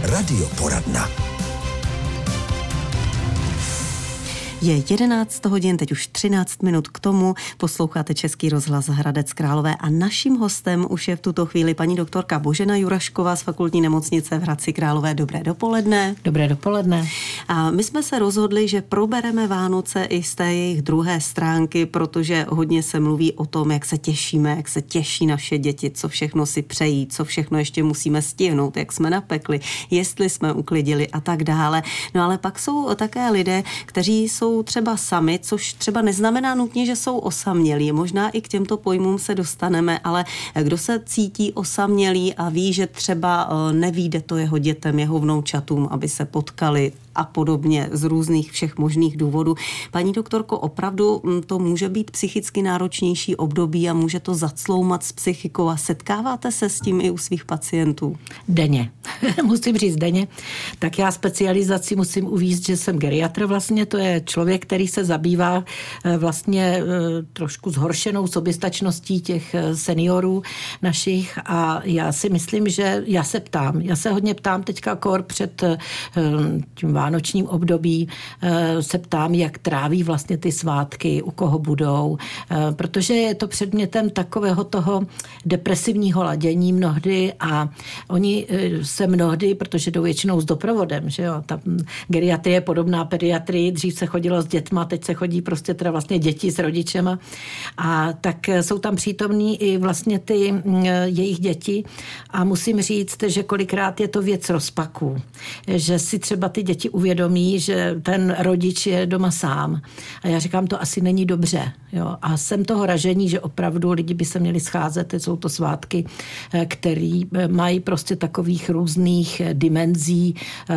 Radioporadna. Je 11 hodin, teď už 13 minut k tomu. Posloucháte Český rozhlas Hradec Králové a naším hostem už je v tuto chvíli paní doktorka Božena Jurašková z Fakultní nemocnice v Hradci Králové. Dobré dopoledne. Dobré dopoledne. A my jsme se rozhodli, že probereme Vánoce i z té jejich druhé stránky, protože hodně se mluví o tom, jak se těšíme, jak se těší naše děti, co všechno si přejí, co všechno ještě musíme stihnout, jak jsme napekli, jestli jsme uklidili a tak dále. No ale pak jsou také lidé, kteří jsou třeba sami, což třeba neznamená nutně, že jsou osamělí. Možná i k těmto pojmům se dostaneme, ale kdo se cítí osamělý a ví, že třeba nevyjde to jeho dětem, jeho vnoučatům, aby se potkali a podobně z různých všech možných důvodů. Paní doktorko, opravdu to může být psychicky náročnější období a může to zacloumat s psychikou a setkáváte se s tím i u svých pacientů? Denně. Musím říct denně. Tak já specializaci musím uvést, že jsem geriatr vlastně, to je člověk, který se zabývá vlastně trošku zhoršenou soběstačností těch seniorů našich a já si myslím, že já se hodně ptám teďka kor před tím vánočním období, se ptám, jak tráví vlastně ty svátky, u koho budou, protože je to předmětem takového toho depresivního ladění mnohdy a oni se mnohdy, protože jdou většinou s doprovodem, že jo, ta geriatrie je podobná pediatrii, dřív se chodilo s dětma, teď se chodí prostě teda vlastně děti s rodičema a tak jsou tam přítomní i vlastně ty jejich děti a musím říct, že kolikrát je to věc rozpaků, že si třeba ty děti uvědomí, že ten rodič je doma sám. A já říkám, to asi není dobře. Jo? A jsem toho ražení, že opravdu lidi by se měli scházet, jsou to svátky, které mají prostě takových různých dimenzí.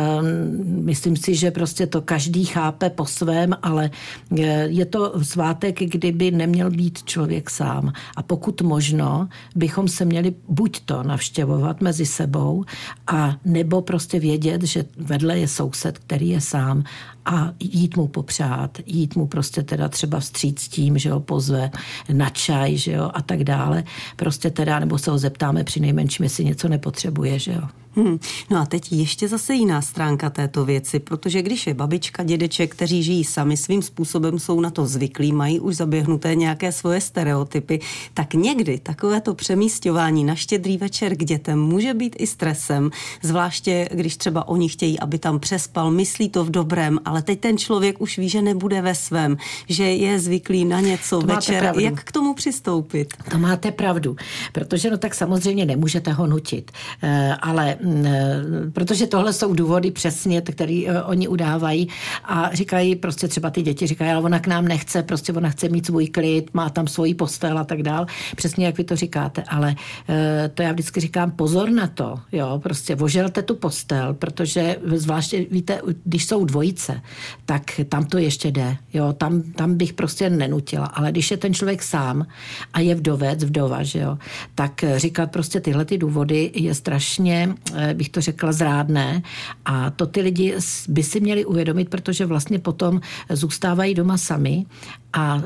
Myslím si, že prostě to každý chápe po svém, ale je to svátek, kdyby neměl být člověk sám. A pokud možno, bychom se měli buď to navštěvovat mezi sebou, a nebo prostě vědět, že vedle je soused, který je sám a jít mu popřát, jít mu prostě teda třeba vstříc tím, že ho pozve na čaj, že jo, a tak dále. Prostě teda, nebo se ho zeptáme při nejmenším, jestli něco nepotřebuje, že jo. No a teď ještě zase jiná stránka této věci, protože když je babička, dědeček, kteří žijí sami, svým způsobem jsou na to zvyklí, mají už zaběhnuté nějaké svoje stereotypy, tak někdy takovéto přemísťování na Štědrý večer k dětem může být i stresem, zvláště když třeba oni chtějí, aby tam přespal, myslí to v dobrém, ale teď ten člověk už ví, že nebude ve svém, že je zvyklý na něco večer. Jak k tomu přistoupit? To máte pravdu, protože no tak samozřejmě nemůžete ho nutit, ale protože tohle jsou důvody přesně, které oni udávají a říkají prostě třeba ty děti říkají, ale ona k nám nechce, prostě ona chce mít svůj klid, má tam svoji postel a tak dál. Přesně jak vy to říkáte, ale to já vždycky říkám pozor na to, jo, prostě oželte tu postel, protože zvláště víte, když jsou dvojice, tak tam to ještě jde, jo, tam bych prostě nenutila, ale když je ten člověk sám a je vdova, že jo, tak říkat prostě tyhle ty důvody je strašně, bych to řekla, zrádné a to ty lidi by si měli uvědomit, protože vlastně potom zůstávají doma sami a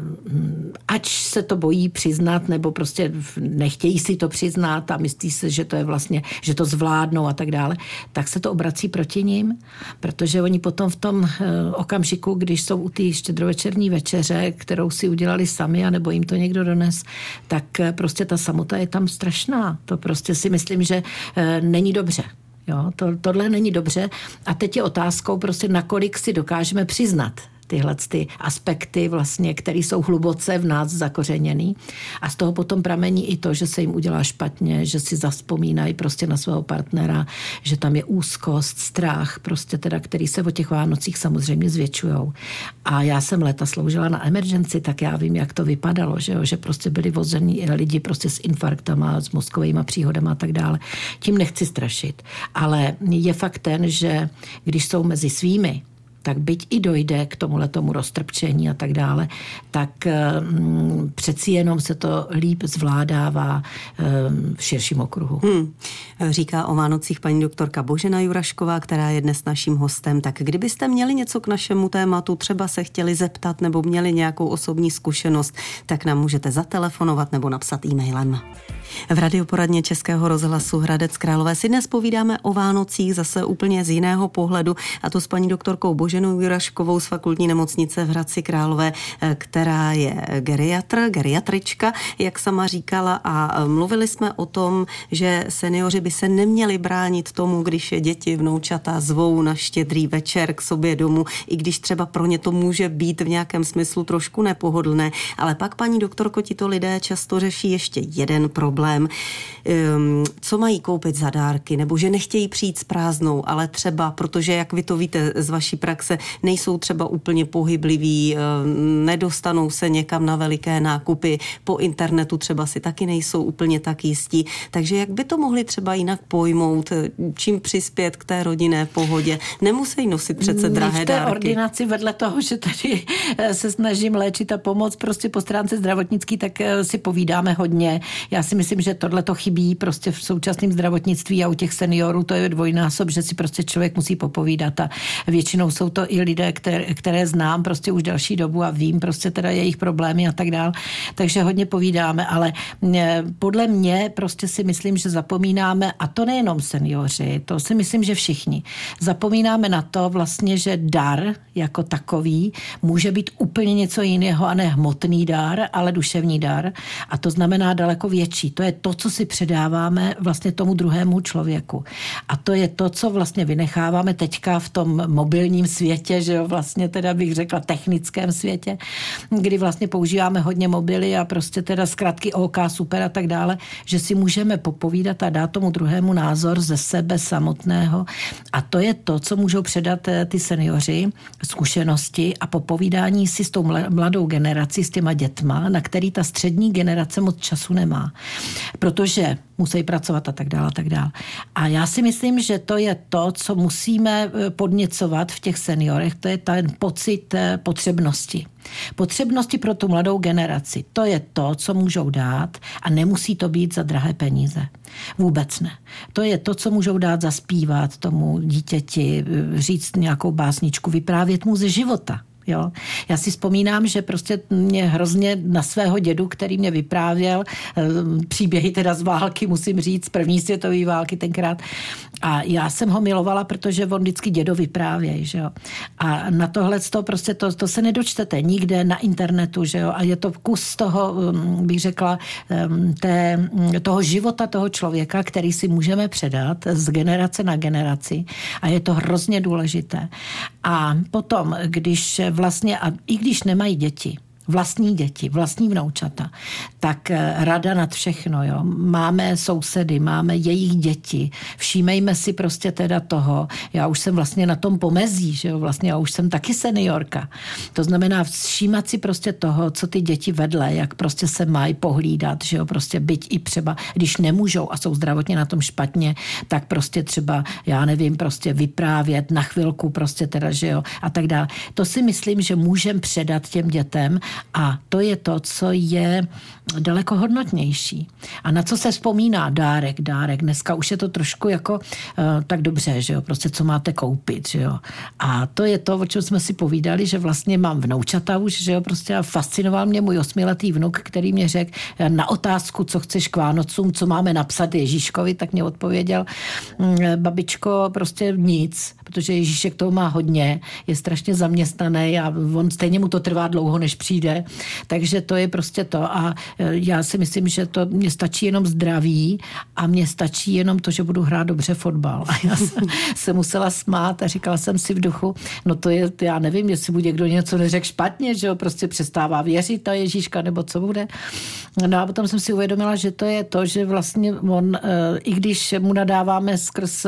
ač se to bojí přiznat nebo prostě nechtějí si to přiznat a myslí se, že to je vlastně, že to zvládnou a tak dále, tak se to obrací proti nim, protože oni potom v tom okamžiku, když jsou u té štědrovečerní večeře, kterou si udělali sami, anebo jim to někdo dones, tak prostě ta samota je tam strašná. To prostě si myslím, že není dobře. Jo, tohle není dobře a teď je otázkou prostě, nakolik si dokážeme přiznat tyhle ty aspekty vlastně, které jsou hluboce v nás zakořeněný a z toho potom pramení i to, že se jim udělá špatně, že si zavzpomínají prostě na svého partnera, že tam je úzkost, strach, prostě teda, který se o těch Vánocích samozřejmě zvětšujou. A já jsem léta sloužila na emergency, tak já vím, jak to vypadalo, že prostě byli vození lidi prostě s infarktama, s mozkovými příhodama a tak dále. Tím nechci strašit, ale je fakt ten, že když jsou mezi svými, tak byť i dojde k tomuhletomu roztrpčení a tak dále, tak přeci jenom se to líp zvládává v širším okruhu. Říká o Vánocích paní doktorka Božena Jurašková, která je dnes naším hostem. Tak kdybyste měli něco k našemu tématu, třeba se chtěli zeptat nebo měli nějakou osobní zkušenost, tak nám můžete zatelefonovat nebo napsat e-mailem. V radioporadně Českého rozhlasu Hradec Králové si dnes povídáme o Vánocích zase úplně z jiného pohledu, a to s paní doktorkou Boženou Juraškovou z Fakultní nemocnice v Hradci Králové, která je geriatrička, jak sama říkala, a mluvili jsme o tom, že seniori by se neměli bránit tomu, když je děti, vnoučata zvou na Štědrý večer k sobě domů, i když třeba pro ně to může být v nějakém smyslu trošku nepohodlné, ale pak, paní doktorko, tito lidé často řeší ještě jeden problém, co mají koupit za dárky, nebo že nechtějí přijít s prázdnou, ale třeba, protože, jak vy to víte z vaší praxe, nejsou třeba úplně pohybliví, nedostanou se někam na veliké nákupy, po internetu třeba si taky nejsou úplně tak jistí. Takže jak by to mohli třeba jinak pojmout, čím přispět k té rodinné pohodě? Nemusí nosit přece drahé dárky. V té ordinaci vedle toho, že tady se snažím léčit a pomoct prostě po stránce zdravotnický, tak si povídáme hodně. Já si myslím, že tohle to chybí prostě v současném zdravotnictví a u těch seniorů to je dvojnásob, že si prostě člověk musí popovídat, a většinou jsou to i lidé, které znám prostě už delší dobu a vím prostě teda jejich problémy a tak dál. Takže hodně povídáme, ale podle mě prostě si myslím, že zapomínáme, a to nejenom seniori, to si myslím, že všichni. Zapomínáme na to vlastně, že dar jako takový může být úplně něco jiného, a ne hmotný dar, ale duševní dar, a to znamená daleko větší. To je to, co si předáváme vlastně tomu druhému člověku. A to je to, co vlastně vynecháváme teďka v tom mobilním světě, že jo, vlastně teda bych řekla technickém světě, kdy vlastně používáme hodně mobily a prostě teda zkratky OK, super a tak dále, že si můžeme popovídat a dát tomu druhému názor ze sebe samotného. A to je to, co můžou předat ty seniori, zkušenosti a popovídání si s tou mladou generací, s těma dětma, na který ta střední generace moc času nemá. Protože musí pracovat a tak dále, a tak dále. A já si myslím, že to je to, co musíme podněcovat v těch seniorech, to je ten pocit potřebnosti. Potřebnosti pro tu mladou generaci. To je to, co můžou dát, a nemusí to být za drahé peníze. Vůbec ne. To je to, co můžou dát zaspívat tomu dítěti, říct nějakou básničku, vyprávět mu ze života. Jo. Já si vzpomínám, že prostě mě hrozně na svého dědu, který mě vyprávěl příběhy teda z války, musím říct, první světové války tenkrát. A já jsem ho milovala, protože on vždycky dědo vyprávěj, že jo. A na tohle prostě to se nedočtete nikde na internetu, že jo. A je to kus toho, bych řekla, toho života toho člověka, který si můžeme předat z generace na generaci. A je to hrozně důležité. A potom, když vlastně, a i když nemají děti, vlastní vnoučata, tak rada nad všechno, jo. Máme sousedy, máme jejich děti, všímejme si prostě teda toho, já už jsem vlastně na tom pomezí, že jo, vlastně já už jsem taky seniorka. To znamená všímat si prostě toho, co ty děti vedle, jak prostě se mají pohlídat, že jo, prostě byť i třeba, když nemůžou a jsou zdravotně na tom špatně, tak prostě třeba, já nevím, prostě vyprávět na chvilku prostě teda, že jo, a tak dále. To si myslím, že můžeme předat těm dětem. A to je to, co je daleko hodnotnější. A na co se vzpomíná dárek. Dneska už je to trošku jako tak dobře, že jo, prostě co máte koupit, že jo. A to je to, o čem jsme si povídali, že vlastně mám vnoučata už, že jo, prostě a fascinoval mě můj 8letý vnuk, který mě řekl na otázku, co chceš k Vánocům, co máme napsat Ježíškovi, tak mě odpověděl, babičko, prostě nic, protože Ježíšek toho má hodně, je strašně zaměstnaný a on stejně mu to trvá dlouho, než přijde. Takže to je prostě to. A já si myslím, že to mě stačí jenom zdraví a mě stačí jenom to, že budu hrát dobře fotbal. A já jsem se musela smát a říkala jsem si v duchu, no to je, já nevím, jestli bude někdo něco neřekl špatně, že jo, prostě přestává věřit ta Ježíška, nebo co bude. No a potom jsem si uvědomila, že to je to, že vlastně on, i když mu nadáváme skrz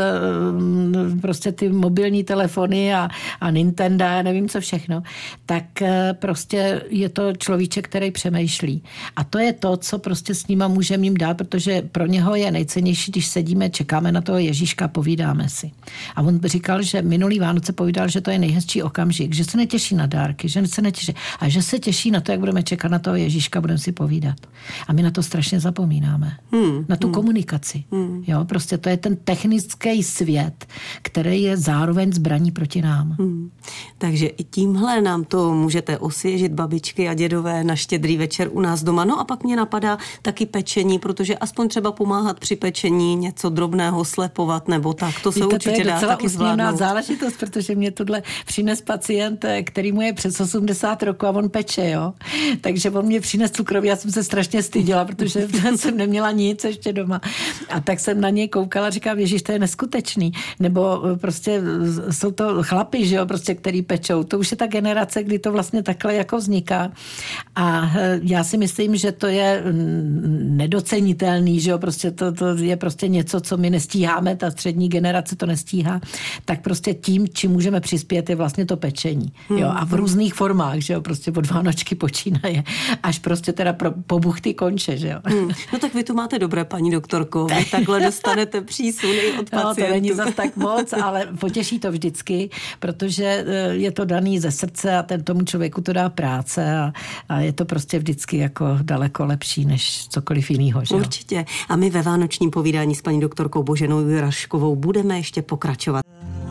prostě ty mobilní telefony a Nintendo, já nevím co všechno, tak prostě je to človíček, který přemýšlí. A to je to, co prostě s nima můžeme jim dát, protože pro něho je nejcennější, když sedíme, čekáme na toho Ježíška, povídáme si. A on říkal, že minulý Vánoce povídal, že to je nejhezčí okamžik, že se netěší na dárky, že se netěší, a že se těší na to, jak budeme čekat na toho Ježíška, budeme si povídat. A my na to strašně zapomínáme. Na tu komunikaci. Jo, prostě to je ten technický svět, který je zároveň zbraní proti nám. Takže i tímhle nám to můžete osvěžit, babičky, babičky a dědové na Štědrý večer u nás doma. No a pak mě napadá taky pečení, protože aspoň třeba pomáhat při pečení, něco drobného slepovat nebo tak. To se určitě dá taky zvládnout. Záležitost, protože mě tohle přines pacient, který mu je přes 80 roku a on peče, jo. Takže on mě přines cukroví, já jsem se strašně styděla, protože jsem neměla nic ještě doma. A tak jsem na něj koukala a říkám, ježiš, to je neskutečný. Nebo prostě jsou to chlapi, že jo, prostě, který pečou. To už je ta generace, kdy to vlastně takhle jako vzniká. A já si myslím, že to je nedocenitelný, že jo, prostě to je prostě něco, co my nestíháme, ta střední generace to nestíhá, tak prostě tím, čím můžeme přispět, je vlastně to pečení. Jo, a v různých formách, že jo, prostě od Vánočky počínaje, až prostě teda po buchty konče, že jo. No tak vy tu máte dobré, paní doktorko, vy takhle dostanete přísuny od pacientů. No, to není zas tak moc, ale potěší to vždycky, protože je to daný ze srdce a tomu člověku to dá práce a je to prostě vždycky jako daleko lepší než cokoliv jiného. Určitě. A my ve vánočním povídání s paní doktorkou Boženou Juraškovou budeme ještě pokračovat.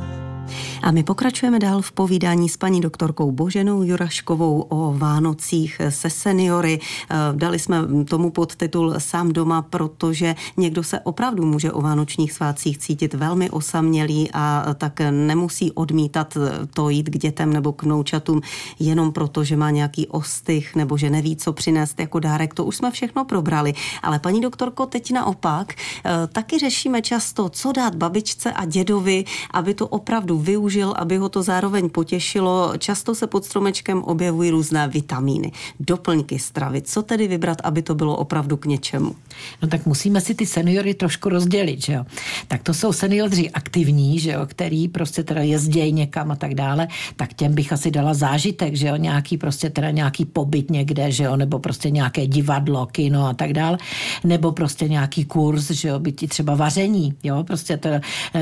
A my pokračujeme dál v povídání s paní doktorkou Boženou Juraškovou o Vánocích se seniory. Dali jsme tomu podtitul Sám doma, protože někdo se opravdu může o vánočních svátcích cítit velmi osamělý a tak nemusí odmítat to jít k dětem nebo k vnoučatům jenom proto, že má nějaký ostych nebo že neví, co přinést jako dárek. To už jsme všechno probrali. Ale paní doktorko, teď naopak taky řešíme často, co dát babičce a dědovi, aby to opravdu využil, aby ho to zároveň potěšilo. Často se pod stromečkem objevují různé vitamíny, doplňky stravy. Co tedy vybrat, aby to bylo opravdu k něčemu? No tak musíme si ty seniory trošku rozdělit, že jo. Tak to jsou seniori aktivní, že jo, který prostě teda jezdějí někam a tak dále, tak těm bych asi dala zážitek, že jo, nějaký pobyt někde, že jo, nebo prostě nějaké divadlo, kino a tak dále, nebo prostě nějaký kurz, že jo, byť třeba vaření, jo, prostě to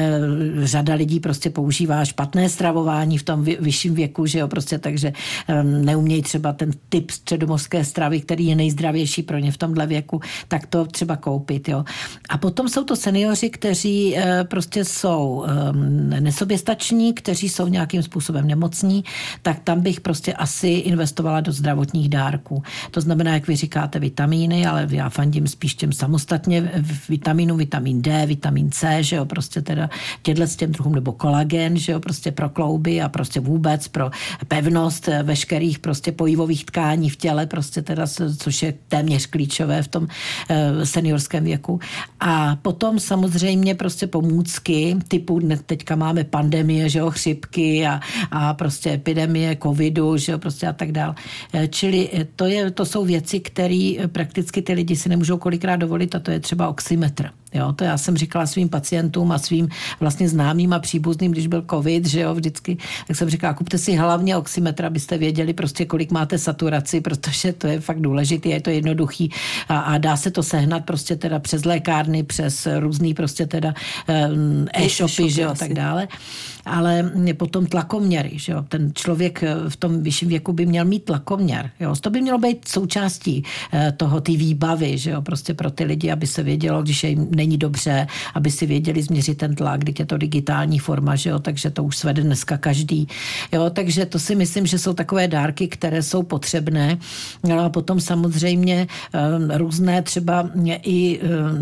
řada lidí prostě používá špatné stravování v tom vyšším věku, že jo, prostě takže neumějí třeba ten typ středomořské stravy, který je nejzdravější pro ně v tomhle věku, tak to třeba koupit, jo. A potom jsou to seniori, kteří prostě jsou nesoběstační, kteří jsou nějakým způsobem nemocní, tak tam bych prostě asi investovala do zdravotních dárků. To znamená, jak vy říkáte, vitamíny, ale já fandím spíš těm samostatně vitamínu, vitamin D, vitamin C, že jo, prostě teda s těm druhům, nebo kolagen, že jo, prostě pro klouby a prostě vůbec pro pevnost veškerých prostě pojivových tkání v těle, prostě teda, což je téměř klíčové v tom seniorském věku. A potom samozřejmě prostě pomůcky typu, teďka máme pandemie, že jo, chřipky a prostě epidemie covidu, že jo, prostě a tak dál. Čili to jsou věci, které prakticky ty lidi si nemůžou kolikrát dovolit, a to je třeba oximetr. Jo, to já jsem říkala svým pacientům a svým vlastně známým a příbuzným, když byl covid, že jo, vždycky, tak jsem říkala, kupte si hlavně oximetr, abyste věděli prostě, kolik máte saturaci, protože to je fakt důležité, je to jednoduchý a dá se to sehnat prostě teda přes lékárny, přes různý prostě teda e-shopy, že jo, a tak dále. Ale potom tlakoměry, že jo, ten člověk v tom vyšším věku by měl mít tlakoměr, jo, to by mělo být součástí té výbavy, že jo, prostě pro ty lidi, aby se vědělo, když jim není dobře, aby si věděli změřit ten tlak, když je to digitální forma, že jo, takže to už svede dneska každý, jo, takže to si myslím, že jsou takové dárky, které jsou potřebné, no a potom samozřejmě různé třeba i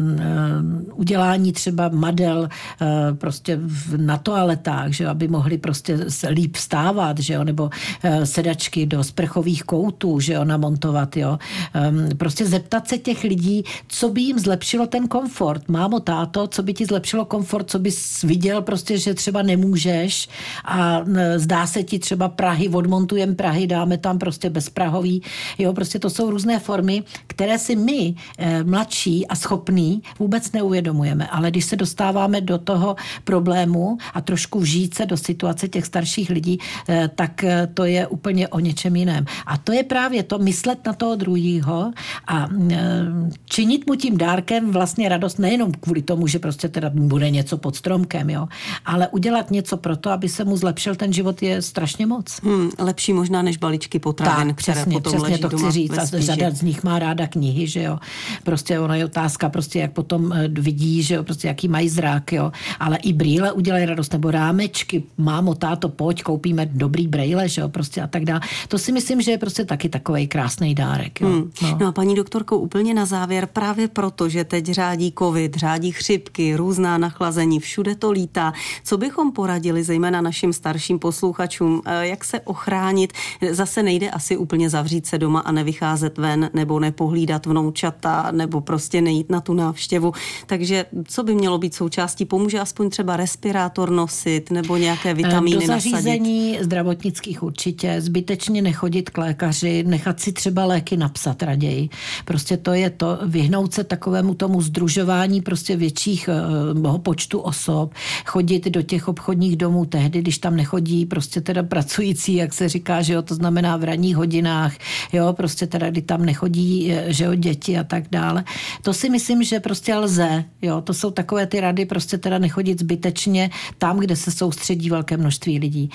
udělání třeba madel prostě na toaletách, že jo, aby mohli prostě líp vstávat, že jo, nebo sedačky do sprchových koutů, že jo, namontovat, jo. Prostě zeptat se těch lidí, co by jim zlepšilo ten komfort. Mámo, táto, co by ti zlepšilo komfort, co bys viděl prostě, že třeba nemůžeš a zdá se ti třeba Prahy, odmontujeme Prahy, dáme tam prostě bezprahový, jo, prostě to jsou různé formy, které si my, mladší a schopní, vůbec neuvědomujeme, ale když se dostáváme do toho problému a trošku vžít se do situace těch starších lidí, tak to je úplně o něčem jiném. A to je právě to myslet na toho druhýho a činit mu tím dárkem vlastně radost nejen nejenom kvůli tomu, že prostě teda bude něco pod stromkem, jo, ale udělat něco pro to, aby se mu zlepšil ten život, je strašně moc. Lepší možná než balíčky potravin, tak, které přesně, potom přesně leží to doma chci říct. ve A řada z nich má ráda knihy, že jo. Prostě ona je otázka, prostě jak potom vidí, že jo, prostě jaký mají zrak, jo. Ale i brýle udělají radost, nebo rámečky, mámo, táto, pojď, koupíme dobrý brýle, že jo, prostě a tak dále. To si myslím, že je prostě taky takovej krásný dárek, jo. No a paní doktorko, úplně na závěr, právě proto, že teď řádí covid, řádí chřipky, různá nachlazení, všude to lítá. Co bychom poradili zejména našim starším posluchačům, jak se ochránit? Zase nejde asi úplně zavřít se doma a nevycházet ven, nebo nepohlídat vnoučata, nebo prostě nejít na tu návštěvu. Takže co by mělo být součástí? Pomůže aspoň třeba respirátor nosit, nebo nějaké vitamíny nasadit? Do zařízení nasadit? Zdravotnických určitě, zbytečně nechodit k lékaři, nechat si třeba léky napsat raději. Prostě to je to, vyhnout se takovému tomu sdružování prostě většího počtu osob, chodit do těch obchodních domů tehdy, když tam nechodí prostě teda pracující, jak se říká, že jo, to znamená v ranních hodinách, jo, prostě teda, kdy tam nechodí, že jo, děti a tak dále. To si myslím, že prostě lze, jo, to jsou takové ty rady, prostě teda nechodit zbytečně tam, kde se soustředí velké množství lidí.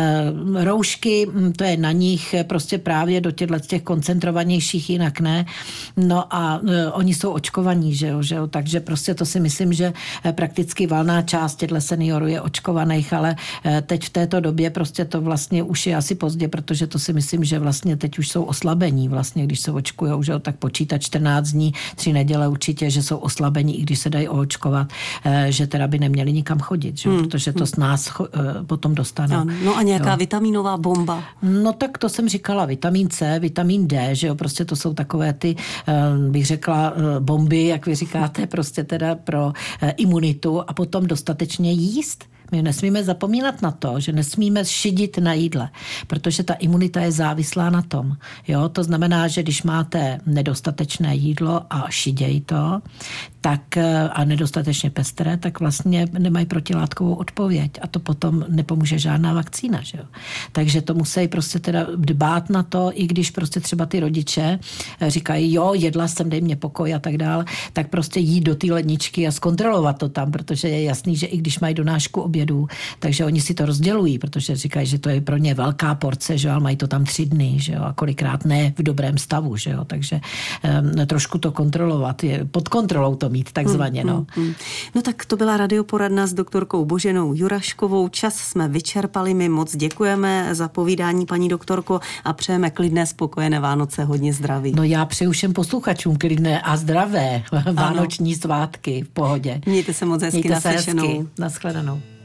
Roušky, to je na nich, prostě právě do těch koncentrovanějších, jinak ne. No a oni jsou očkovaní, že jo, takže prostě to si myslím, že prakticky valná část těchto seniorů je očkovaných, ale teď v této době prostě to vlastně už je asi pozdě, protože to si myslím, že vlastně teď už jsou oslabení vlastně, když se očkujou, že jo, tak počítat 14 dní, 3 neděle určitě, že jsou oslabení, i když se dají oočkovat, že teda by neměli nikam chodit, že jo, protože to s nás potom dostane. No a nějaká vitaminová bomba? No tak to jsem říkala, vitamin C, vitamin D, že jo, prostě to jsou takové ty, bych řekla, bomby, jak vy říkáte, prostě teda pro imunitu a potom dostatečně jíst. My nesmíme zapomínat na to, že nesmíme šidit na jídle, protože ta imunita je závislá na tom. Jo? To znamená, že když máte nedostatečné jídlo a šiděj to, tak, a nedostatečně pestré, tak vlastně nemají protilátkovou odpověď a to potom nepomůže žádná vakcína. Že jo? Takže to musí prostě teda dbát na to, i když prostě třeba ty rodiče říkají, jo, jedla jsem, dej mě pokoj a tak dále, tak prostě jít do té ledničky a zkontrolovat to tam, protože je jasný, že i když mají donášku obědů, takže oni si to rozdělují, protože říkají, že to je pro ně velká porce, že jo, ale mají to tam 3 dny, že jo, a kolikrát ne v dobrém stavu, že jo, takže trošku to kontrolovat, je pod kontrolou to mít takzvaně, no. No tak to byla radioporadna s doktorkou Boženou Juraškovou. Čas jsme vyčerpali, my moc děkujeme za povídání, paní doktorko, a přejeme klidné, spokojené Vánoce, hodně zdraví. No já přeju všem posluchačům klidné a zdravé vánoční svátky v pohodě. Mějte se moc hezky, naslyšenou. Nashledanou.